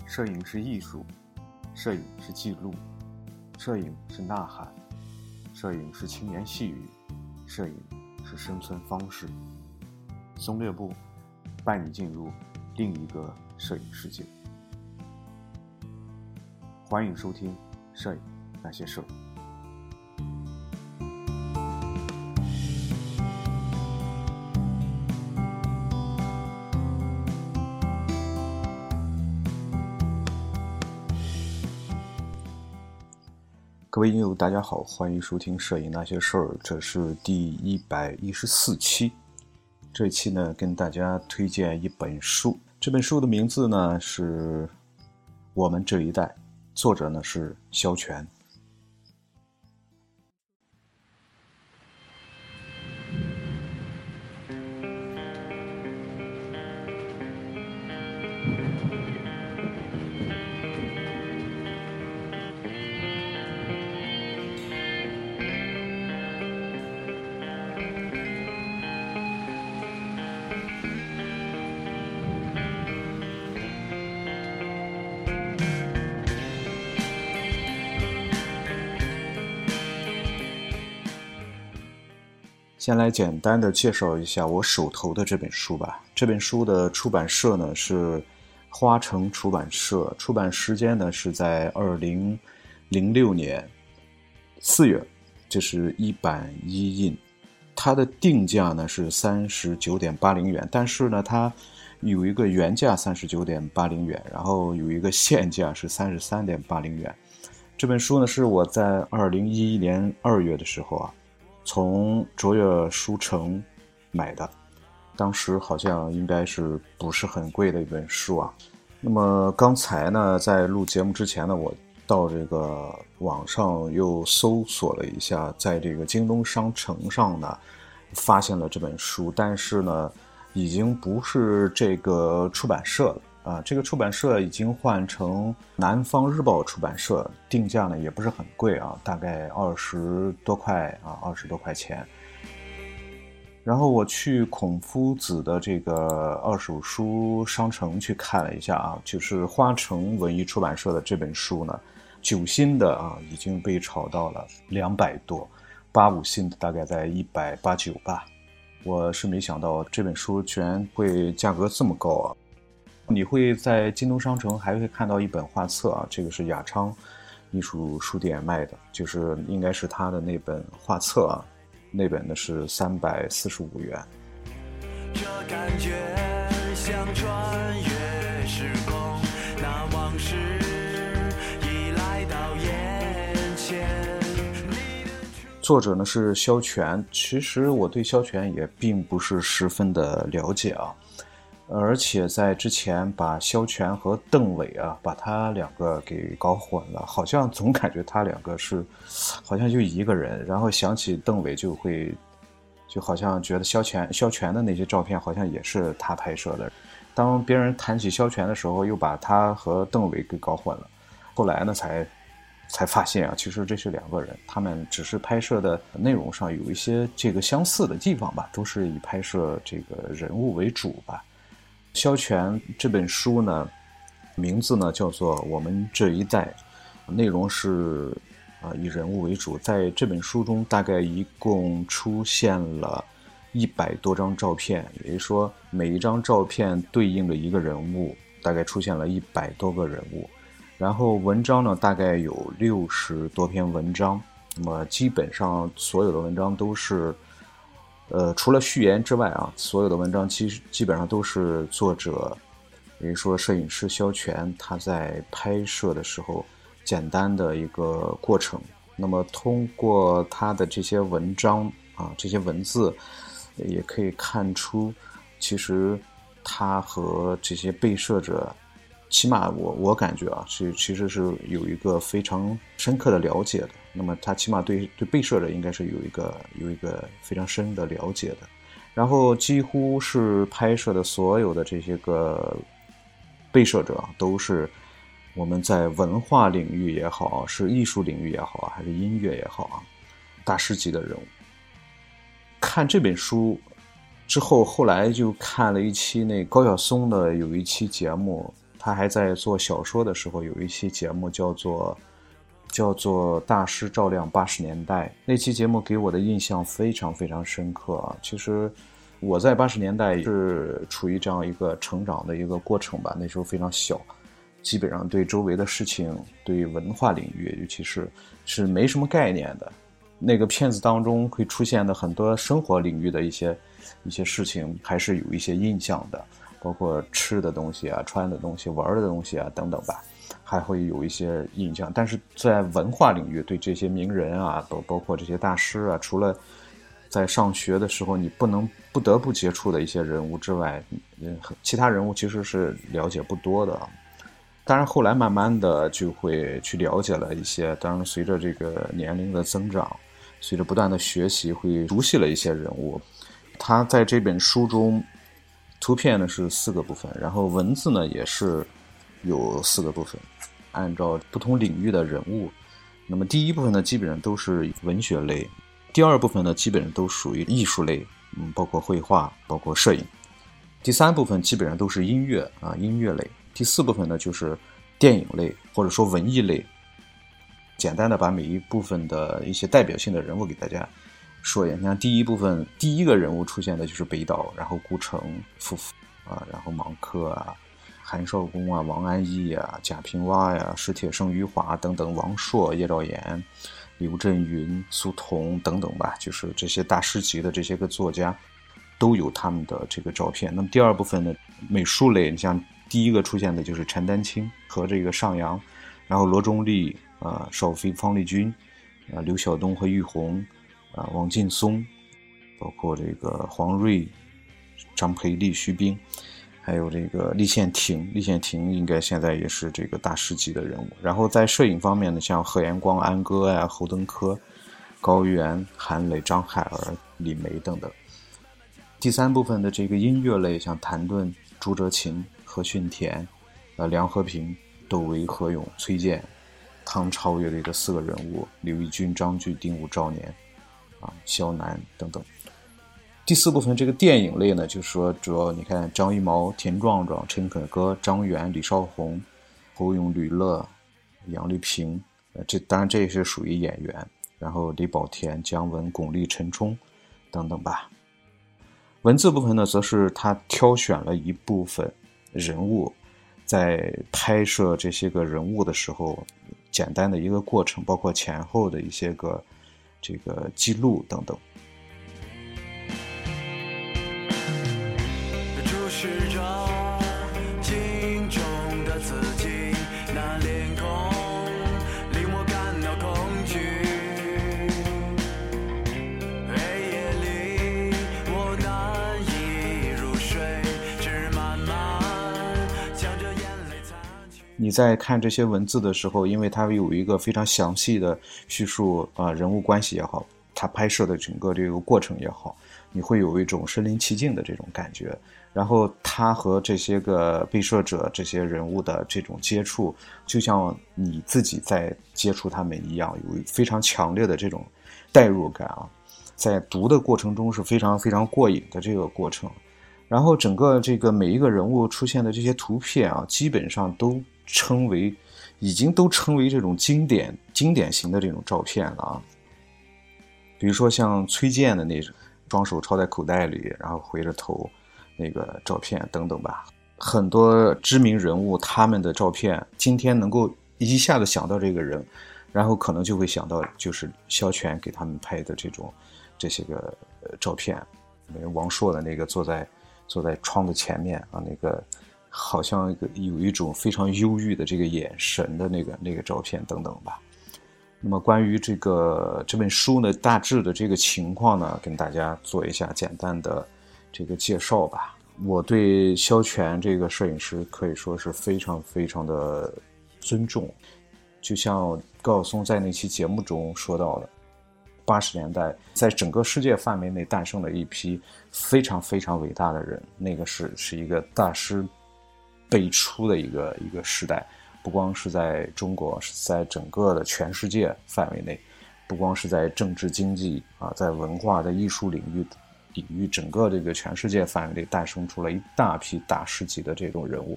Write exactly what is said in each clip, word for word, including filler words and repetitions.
摄影是艺术，摄影是记录，摄影是呐喊，摄影是轻言细语，摄影是生存方式。松略部带你进入另一个摄影世界。欢迎收听摄影那些事儿。各位音友大家好，欢迎收听摄影那些事儿，这是第一百一十四期。这一期呢，跟大家推荐一本书，这本书的名字呢是《我们这一代》，作者呢是萧全。先来简单的介绍一下我手头的这本书吧。这本书的出版社呢是花城出版社，出版时间呢是在二零零六年四月，这是一版一印。它的定价呢是三十九点八零元，但是呢它有一个原价三十九点八零元，然后有一个现价是三十三点八零元。这本书呢是我在二零一一年二月的时候啊从卓越书城买的，当时好像应该是不是很贵的一本书啊。那么刚才呢，在录节目之前呢，我到这个网上又搜索了一下，在这个京东商城上呢，发现了这本书，但是呢，已经不是这个出版社了。啊，这个出版社已经换成南方日报出版社，定价呢也不是很贵啊，大概二十多块啊，二十多块钱。然后我去孔夫子的这个二手书商城去看了一下啊，就是花城文艺出版社的这本书呢，九新的啊已经被炒到了两百多，八五新的大概在一百八九吧。我是没想到这本书居然会价格这么高啊！你会在京东商城还会看到一本画册啊，这个是雅昌艺术书店卖的，就是应该是他的那本画册啊，那本呢是三百四十五元。 这感觉像穿越时空，那往事已来到眼前。 作者呢是萧全，其实我对萧全也并不是十分的了解啊。而且在之前把萧全和邓伟啊，把他两个给搞混了，好像总感觉他两个是，好像就一个人。然后想起邓伟就会，就好像觉得萧全萧全的那些照片好像也是他拍摄的。当别人谈起萧全的时候，又把他和邓伟给搞混了。后来呢，才才发现啊，其实这是两个人，他们只是拍摄的内容上有一些这个相似的地方吧，都是以拍摄这个人物为主吧。萧全这本书呢，名字呢叫做《我们这一代》，内容是啊、呃、以人物为主。在这本书中，大概一共出现了一百多张照片，也就是说，每一张照片对应的一个人物，大概出现了一百多个人物。然后文章呢，大概有六十多篇文章。那么基本上所有的文章都是。呃，除了序言之外啊，所有的文章基基本上都是作者，比如说摄影师萧全他在拍摄的时候简单的一个过程。那么通过他的这些文章啊，这些文字，也可以看出，其实他和这些被摄者，起码我我感觉啊，是其实是有一个非常深刻的了解的。那么他起码对对被摄者应该是有一个有一个非常深的了解的。然后几乎是拍摄的所有的这些个被摄者都是我们在文化领域也好，是艺术领域也好，还是音乐也好啊，大师级的人物。看这本书之后，后来就看了一期那高晓松的有一期节目，他他还在做小说的时候，有一期节目叫做叫做大师照亮八十年代，那期节目给我的印象非常非常深刻啊。其实我在八十年代是处于这样一个成长的一个过程吧，那时候非常小，基本上对周围的事情，对文化领域尤其是是没什么概念的。那个片子当中会出现的很多生活领域的一些一些事情还是有一些印象的，包括吃的东西啊、穿的东西、玩的东西啊等等吧，还会有一些印象。但是在文化领域，对这些名人啊，包包括这些大师啊，除了在上学的时候你不能不得不接触的一些人物之外，其他人物其实是了解不多的。当然后来慢慢的就会去了解了一些，当然随着这个年龄的增长，随着不断的学习，会熟悉了一些人物。他在这本书中，图片呢是四个部分，然后文字呢也是有四个部分，按照不同领域的人物。那么第一部分呢基本上都是文学类，第二部分呢基本上都属于艺术类，嗯，包括绘画，包括摄影。第三部分基本上都是音乐啊，音乐类。第四部分呢就是电影类或者说文艺类。简单的把每一部分的一些代表性的人物给大家说一下。你看第一部分第一个人物出现的就是北岛，然后顾城夫妇啊，然后芒克啊、韩少功啊、王安忆啊、贾平凹呀、史铁生、余华等等，王朔、叶兆言、刘震云、苏童等等吧，就是这些大师级的这些个作家都有他们的这个照片。那么第二部分呢，美术类，你像第一个出现的就是陈丹青和这个上扬，然后罗中立啊、呃、邵飞、方力钧啊、呃、刘晓东和玉红啊、呃、王劲松，包括这个黄瑞、张培丽、徐冰，还有这个立宪庭。立宪庭应该现在也是这个大师级的人物。然后在摄影方面呢，像贺延光、安哥呀、侯登科、高原、韩磊、张海儿、李梅等等。第三部分的这个音乐类，像谭盾、朱哲琴、何训田、呃梁和平、窦唯、何勇、崔健、唐朝乐队的四个人物，刘奕君、张炬、丁武、赵年啊、萧楠等等。第四部分这个电影类呢，就是说主要你看张艺谋、田壮壮、陈可歌、张元、李少红、侯勇、吕乐、杨丽萍，呃，这当然这也是属于演员。然后李保田、姜文、巩俐、陈冲等等吧。文字部分呢，则是他挑选了一部分人物，在拍摄这些个人物的时候，简单的一个过程，包括前后的一些个这个记录等等。 注视着镜中的自己，那脸孔令我感到恐惧。黑夜里我难以入睡，只慢慢将这眼泪擦去。 你在看这些文字的时候，因为它有一个非常详细的叙述啊、呃，人物关系也好，他拍摄的整个这个过程也好，你会有一种身临其境的这种感觉。然后他和这些个被摄者这些人物的这种接触，就像你自己在接触他们一样，有非常强烈的这种代入感啊，在读的过程中是非常非常过瘾的这个过程。然后整个这个每一个人物出现的这些图片啊，基本上都称为已经都称为这种经典经典型的这种照片了啊。比如说像崔健的那种双手抄在口袋里，然后回着头那个照片等等吧，很多知名人物他们的照片，今天能够一下子想到这个人，然后可能就会想到就是萧全给他们拍的这种这些个照片，王朔的那个坐在坐在窗的前面啊，那个好像有一种非常忧郁的这个眼神的那个那个照片等等吧。那么关于这个这本书呢，大致的这个情况呢，跟大家做一下简单的这个介绍吧。我对萧全这个摄影师可以说是非常非常的尊重，就像高晓松在那期节目中说到的，八十年代在整个世界范围内诞生了一批非常非常伟大的人，那个是是一个大师辈出的一个一个时代，不光是在中国，是在整个的全世界范围内，不光是在政治经济啊，在文化在艺术领域领域整个这个全世界范围内诞生出了一大批大师级的这种人物。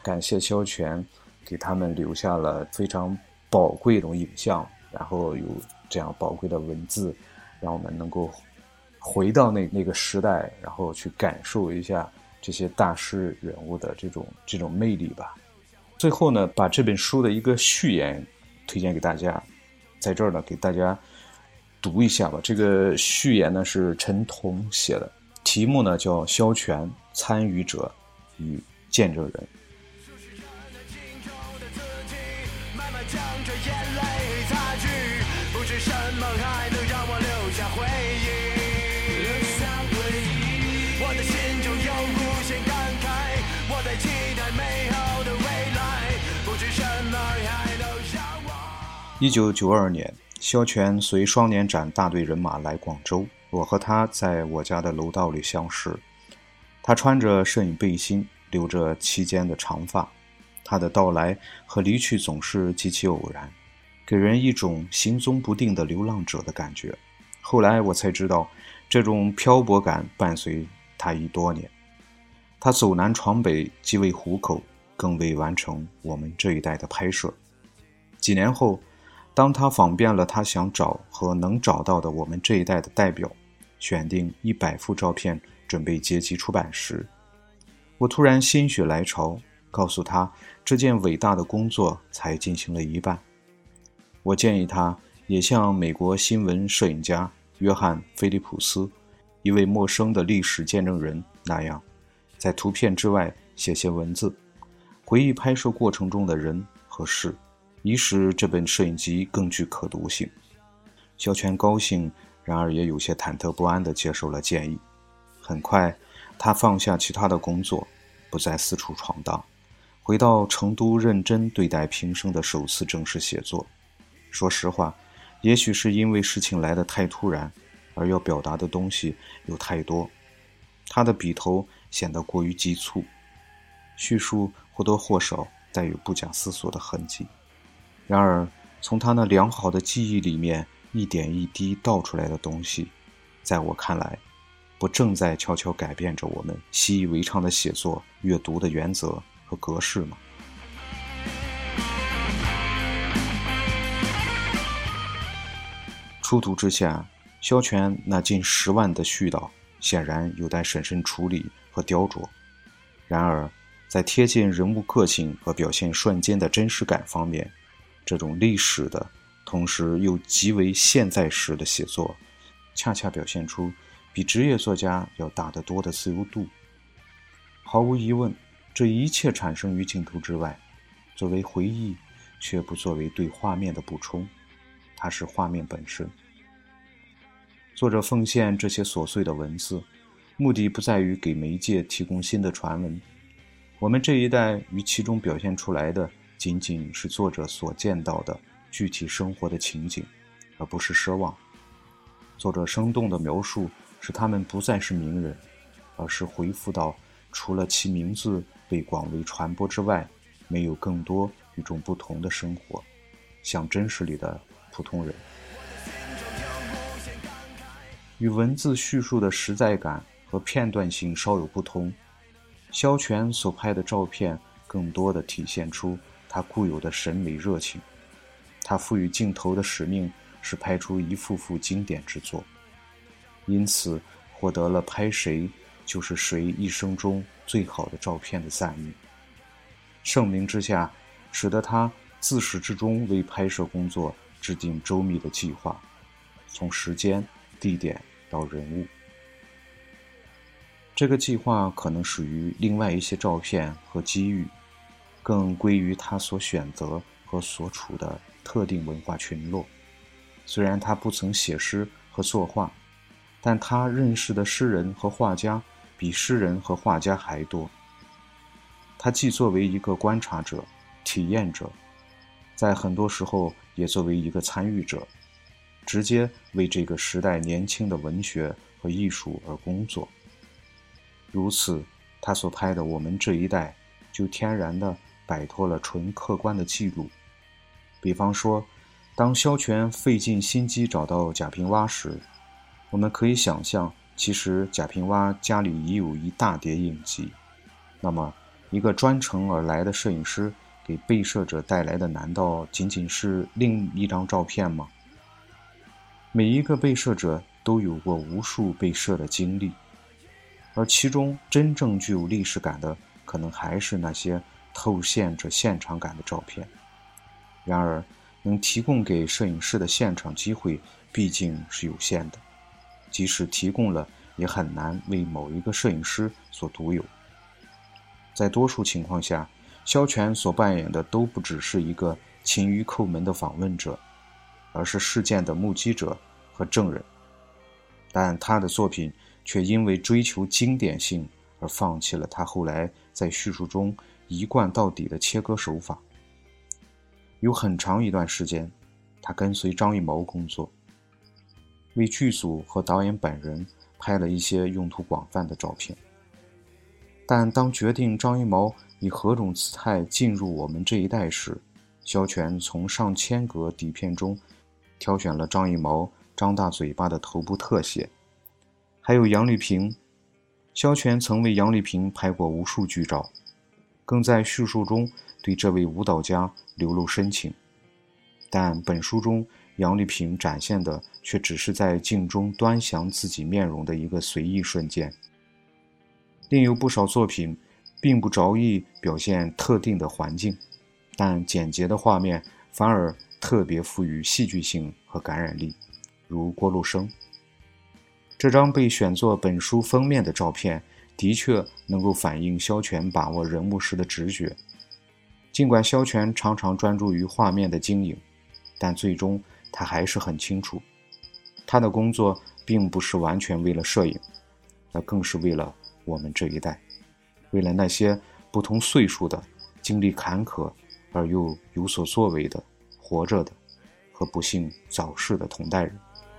感谢萧全给他们留下了非常宝贵的影像，然后有这样宝贵的文字，让我们能够回到那那个时代，然后去感受一下这些大师人物的这种这种魅力吧。最后呢，把这本书的一个序言推荐给大家，在这儿呢给大家读一下吧。这个序言呢是陈彤写的，题目呢叫《萧全参与者与见证人》。一九九二年，萧全随双年展大队人马来广州，我和他在我家的楼道里相识。他穿着摄影背心，留着齐肩的长发，他的到来和离去总是极其偶然，给人一种行踪不定的流浪者的感觉。后来我才知道，这种漂泊感伴随他已多年。他走南闯北，既为糊口，更为完成我们这一代的拍摄。几年后，当他访遍了他想找和能找到的我们这一代的代表，选定一百幅照片准备结集出版时，我突然心血来潮，告诉他这件伟大的工作才进行了一半。我建议他也像美国新闻摄影家约翰·菲利普斯，一位陌生的历史见证人那样，在图片之外写些文字，回忆拍摄过程中的人和事，以使这本摄影集更具可读性。萧全高兴，然而也有些忐忑不安地接受了建议。很快，他放下其他的工作，不再四处闯荡，回到成都认真对待平生的首次正式写作。说实话，也许是因为事情来得太突然，而要表达的东西有太多，他的笔头显得过于急促，叙述或多或少带有不假思索的痕迹。然而，从他那良好的记忆里面一点一滴倒出来的东西，在我看来，不正在悄悄改变着我们习以为常的写作、阅读的原则和格式吗？初读之下，萧全那近十万的絮叨显然有待审慎处理和雕琢。然而，在贴近人物个性和表现瞬间的真实感方面，这种历史的同时又极为现在时的写作，恰恰表现出比职业作家要大得多的自由度。毫无疑问，这一切产生于镜头之外，作为回忆，却不作为对画面的补充，它是画面本身。作者奉献这些琐碎的文字，目的不在于给媒介提供新的传闻，我们这一代与其中表现出来的仅仅是作者所见到的具体生活的情景，而不是奢望。作者生动的描述使他们不再是名人，而是回复到除了其名字被广为传播之外，没有更多与众不同的生活，像真实里的普通人。与文字叙述的实在感和片段性稍有不同，萧全所拍的照片更多地体现出他固有的审美热情。他赋予镜头的使命是拍出一幅幅经典之作，因此获得了拍谁就是谁一生中最好的照片的赞誉。盛名之下，使得他自始至终为拍摄工作制定周密的计划，从时间、地点到人物。这个计划可能属于另外一些照片和机遇，更归于他所选择和所处的特定文化群落。虽然他不曾写诗和作画，但他认识的诗人和画家比诗人和画家还多。他既作为一个观察者、体验者，在很多时候也作为一个参与者，直接为这个时代年轻的文学和艺术而工作。如此，他所拍的我们这一代就天然地摆脱了纯客观的记录。比方说，当萧全费尽心机找到贾平凹时，我们可以想象，其实贾平凹家里已有一大叠影集。那么一个专程而来的摄影师给被摄者带来的难道仅仅是另一张照片吗？每一个被摄者都有过无数被摄的经历，而其中真正具有历史感的，可能还是那些透现着现场感的照片。然而，能提供给摄影师的现场机会毕竟是有限的，即使提供了，也很难为某一个摄影师所独有。在多数情况下，萧全所扮演的都不只是一个勤于叩门的访问者，而是事件的目击者和证人。但他的作品却因为追求经典性而放弃了他后来在叙述中一贯到底的切割手法。有很长一段时间，他跟随张艺谋工作，为剧组和导演本人拍了一些用途广泛的照片。但当决定张艺谋以何种姿态进入我们这一代时，萧全从上千格底片中挑选了张艺谋张大嘴巴的头部特写，还有杨丽萍。萧全曾为杨丽萍拍过无数剧照，更在叙述中对这位舞蹈家流露深情。但本书中杨丽萍展现的却只是在镜中端详自己面容的一个随意瞬间。另有不少作品并不着意表现特定的环境，但简洁的画面反而特别富于戏剧性和感染力，如郭路生。这张被选作本书封面的照片的确能够反映萧全把握人物时的直觉。尽管萧全常常专注于画面的经营，但最终他还是很清楚，他的工作并不是完全为了摄影，而更是为了我们这一代，为了那些不同岁数的、经历坎坷而又有所作为的、活着的和不幸早逝的同代人。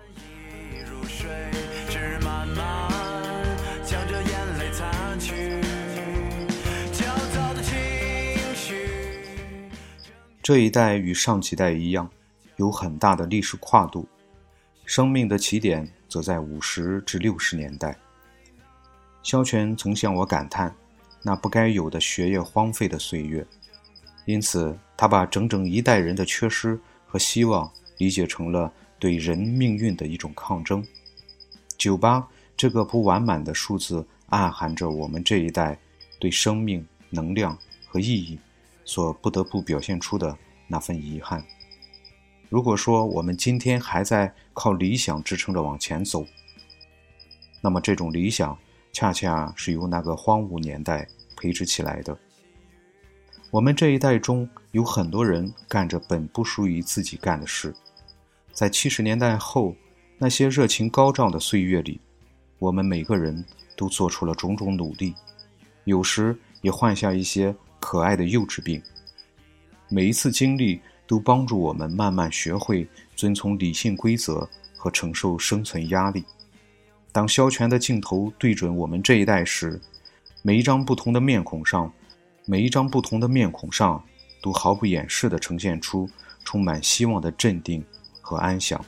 这一代与上几代一样，有很大的历史跨度，生命的起点则在五十至六十年代。萧全曾向我感叹那不该有的学业荒废的岁月，因此他把整整一代人的缺失和希望理解成了对人命运的一种抗争。九八这个不完满的数字暗含着我们这一代对生命、能量和意义所不得不表现出的那份遗憾。如果说我们今天还在靠理想支撑着往前走，那么这种理想恰恰是由那个荒芜年代培植起来的。我们这一代中有很多人干着本不属于自己干的事，在七十年代后那些热情高涨的岁月里，我们每个人都做出了种种努力，有时也患下一些可爱的幼稚病。每一次经历都帮助我们慢慢学会遵从理性规则和承受生存压力。当萧全的镜头对准我们这一代时，每一张不同的面孔上，每一张不同的面孔上都毫不掩饰地呈现出充满希望的镇定和安详。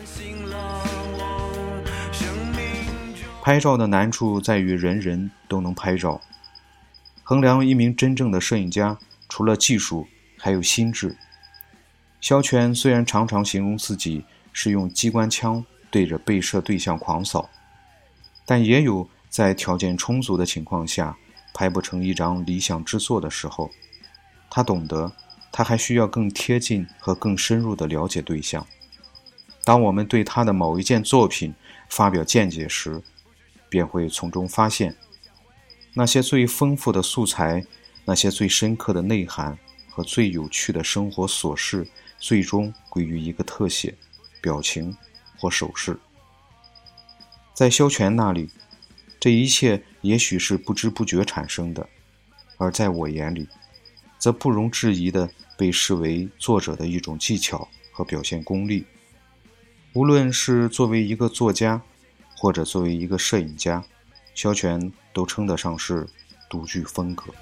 拍照的难处在于人人都能拍照。衡量一名真正的摄影家，除了技术，还有心智。萧全虽然常常形容自己是用机关枪对着被摄对象狂扫，但也有在条件充足的情况下拍不成一张理想之作的时候。他懂得，他还需要更贴近和更深入地了解对象。当我们对他的某一件作品发表见解时，便会从中发现，那些最丰富的素材，那些最深刻的内涵和最有趣的生活琐事，最终归于一个特写、表情或手势。在萧全那里，这一切也许是不知不觉产生的，而在我眼里，则不容置疑地被视为作者的一种技巧和表现功力。无论是作为一个作家，或者作为一个摄影家，萧全都称得上是独具风格。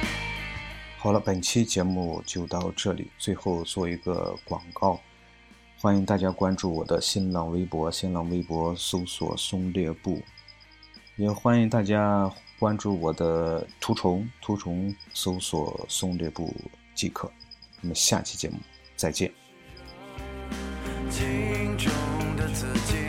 好了，本期节目就到这里。最后做一个广告， 欢迎大家关注我的新浪微博，新浪微博搜索松猎布，也欢迎大家关注我的图虫，图虫搜索松猎布即可。我们下期节目再见。 镜中的自己